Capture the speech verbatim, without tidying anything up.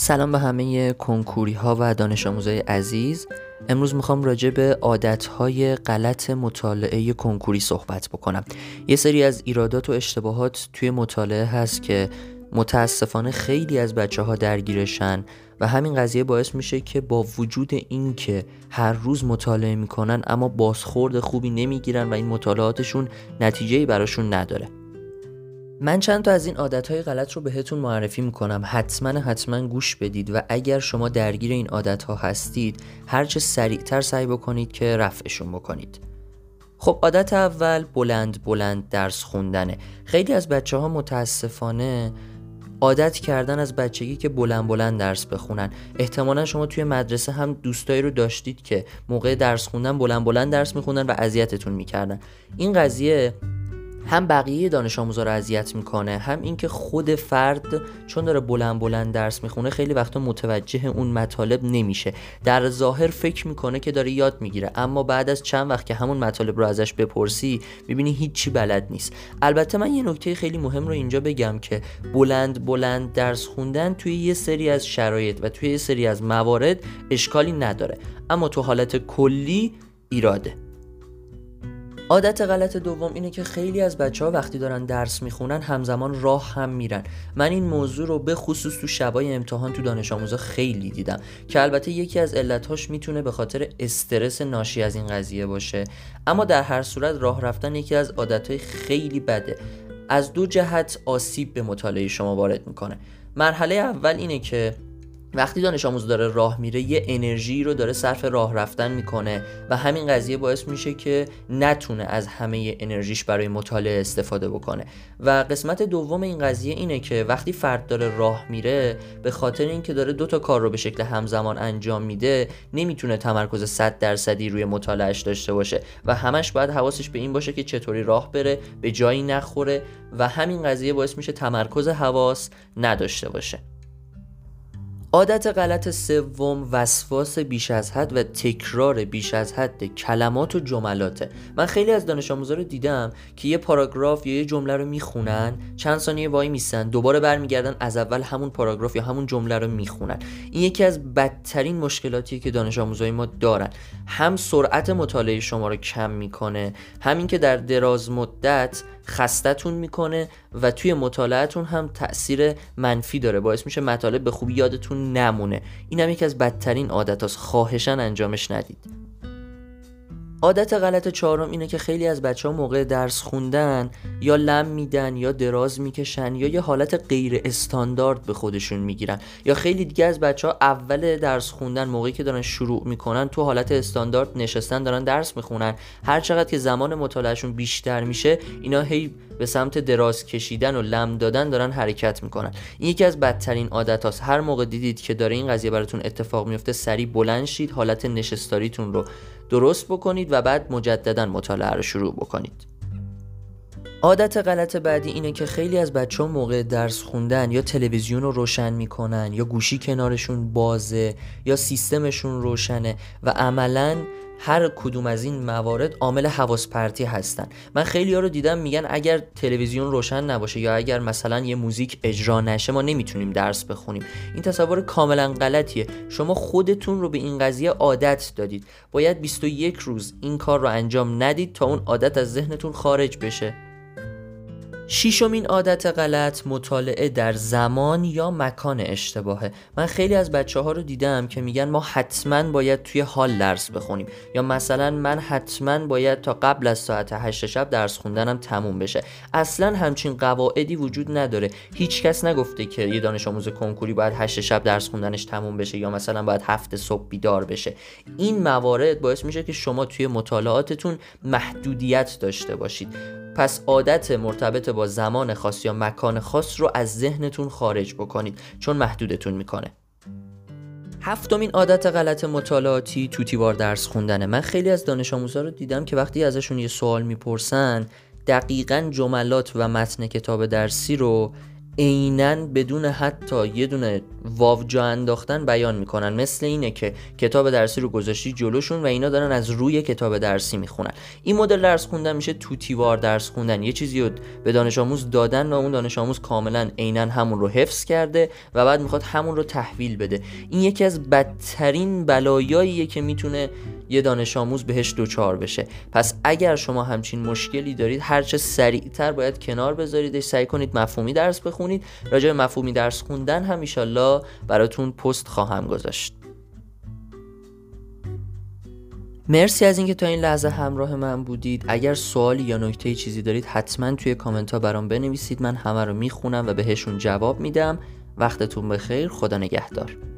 سلام به همه کنکوری ها و دانش آموزای عزیز. امروز میخوام راجع به عادتهای غلط مطالعه کنکوری صحبت بکنم. یه سری از ایرادات و اشتباهات توی مطالعه هست که متاسفانه خیلی از بچه ها درگیرشن و همین قضیه باعث میشه که با وجود این که هر روز مطالعه میکنن اما بازخورد خوبی نمیگیرن و این مطالعاتشون نتیجه‌ای براشون نداره. من چند تا از این عادتهای غلط رو بهتون معرفی میکنم، حتما حتما گوش بدید و اگر شما درگیر این عادتها هستید هرچه سریعتر سعی بکنید که رفعشون بکنید. خب عادت اول بلند بلند درس خوندنه. خیلی از بچه ها متاسفانه عادت کردن از بچگی که بلند بلند درس بخونن. احتمالا شما توی مدرسه هم دوستایی رو داشتید که موقع درس خوندن بلند بلند درس میخوندن و اذیتتون میکردن. این قضیه هم بقیه دانش آموزا رو اذیت میکنه، هم این که خود فرد چون داره بلند بلند درس میخونه خیلی وقتا متوجه اون مطالب نمیشه. در ظاهر فکر میکنه که داره یاد میگیره، اما بعد از چند وقت که همون مطالب رو ازش بپرسی میبینی هیچی بلد نیست. البته من یه نکته خیلی مهم رو اینجا بگم که بلند بلند درس خوندن توی یه سری از شرایط و توی یه سری از موارد اشکالی نداره، اما تو حالت کلی ایراده. عادت غلط دوم اینه که خیلی از بچه‌ها وقتی دارن درس میخونن همزمان راه هم میرن. من این موضوع رو به خصوص تو شبای امتحان تو دانش آموزا خیلی دیدم که البته یکی از علتاش میتونه به خاطر استرس ناشی از این قضیه باشه، اما در هر صورت راه رفتن یکی از عادتهای خیلی بده. از دو جهت آسیب به مطالعه شما وارد میکنه. مرحله اول اینه که وقتی دانش آموز داره راه میره یه انرژی رو داره صرف راه رفتن میکنه و همین قضیه باعث میشه که نتونه از همه انرژیش برای مطالعه استفاده بکنه. و قسمت دوم این قضیه اینه که وقتی فرد داره راه میره به خاطر اینکه داره دو تا کار رو به شکل همزمان انجام میده نمیتونه تمرکز صد درصدی روی مطالعهش داشته باشه و همش باید حواسش به این باشه که چطوری راه بره، به جایی نخوره و همین قضیه باعث میشه تمرکز حواس نداشته باشه. عادت غلط سوم وسواس بیش از حد و تکرار بیش از حد کلمات و جملاته. من خیلی از دانش آموزا رو دیدم که یه پاراگراف یا یه جمله رو میخونن، چند ثانیه وای میسن، دوباره برمیگردن از اول همون پاراگراف یا همون جمله رو میخونن. این یکی از بدترین مشکلاتیه که دانش آموزای ما دارن. هم سرعت مطالعه شما رو کم میکنه، همین که در دراز مدت خستتون میکنه و توی مطالعهتون هم تأثیر منفی داره، باعث میشه مطالب به خوبی یادتون نمونه. این هم یکی از بدترین عادت هاست، خواهشاً انجامش ندید. عادت غلط چهارم اینه که خیلی از بچه ها موقع درس خوندن یا لم میدن یا دراز میکشن یا یه حالت غیر استاندارد به خودشون میگیرن، یا خیلی دیگه از بچه ها اول درس خوندن موقعی که دارن شروع میکنن تو حالت استاندارد نشستن دارن درس میخونن. هر چقدر که زمان مطالعهشون بیشتر میشه اینا هی به سمت دراز کشیدن و لم دادن دارن حرکت میکنن. این یکی از بدترین عادت هاست. هر موقع دیدید که داره این قضیه براتون اتفاق میفته سریع بلند شید، حالت نشستاریتون رو درست بکنید و بعد مجددا مطالعه رو شروع بکنید. عادت غلط بعدی اینه که خیلی از بچه‌ها موقع درس خوندن یا تلویزیون رو روشن میکنن یا گوشی کنارشون بازه یا سیستمشون روشنه و عملاً هر کدوم از این موارد عامل حواس پرتی هستن. من خیلی ها رو دیدم میگن اگر تلویزیون روشن نباشه یا اگر مثلا یه موزیک اجرا نشه ما نمیتونیم درس بخونیم. این تصور کاملا غلطیه. شما خودتون رو به این قضیه عادت دادید. باید بیست و یک روز این کار رو انجام ندید تا اون عادت از ذهنتون خارج بشه. ششمین عادت غلط مطالعه در زمان یا مکان اشتباهه. من خیلی از بچه ها رو دیدم که میگن ما حتما باید توی حال درس بخونیم، یا مثلا من حتما باید تا قبل از ساعت هشت شب درس خوندنم تموم بشه. اصلا همچین قواعدی وجود نداره. هیچ کس نگفته که یه دانش آموز کنکوری باید هشت شب درس خوندنش تموم بشه یا مثلا باید هفت صبح بیدار بشه. این موارد باعث میشه که شما توی مطالعاتتون محدودیت داشته باشید. پس عادت مرتبط با زمان خاص یا مکان خاص رو از ذهنتون خارج بکنید چون محدودتون میکنه. هفتمین عادت غلط مطالعاتی توتیوار درس خوندنه. من خیلی از دانش آموزا رو دیدم که وقتی ازشون یه سوال میپرسن دقیقاً جملات و متن کتاب درسی رو عیناً بدون حتی یه دونه واو جا انداختن بیان میکنن. مثل اینه که کتاب درسی رو گذاشتی جلوشون و اینا دارن از روی کتاب درسی میخونن. این مدل درس خوندن میشه توتیوار درس خوندن. یه چیزی رو به دانش آموز دادن و اون دانش آموز کاملا عیناً همون رو حفظ کرده و بعد میخواد همون رو تحویل بده. این یکی از بدترین بلایاییه که میتونه یه دانش آموز بهش دوچار بشه. پس اگر شما همچین مشکلی دارید، هرچه سریعتر باید کنار بذاریدش، سعی کنید مفهومی درس بخونید. راجع به مفهومی درس خوندن هم ان شاءالله براتون پست خواهم گذاشت. مرسی از اینکه تا این لحظه همراه من بودید. اگر سوالی یا نکته چیزی دارید حتما توی کامنت ها برام بنویسید، من همه رو میخونم و بهشون جواب میدم. وقتتون بخیر، خدا نگهدار.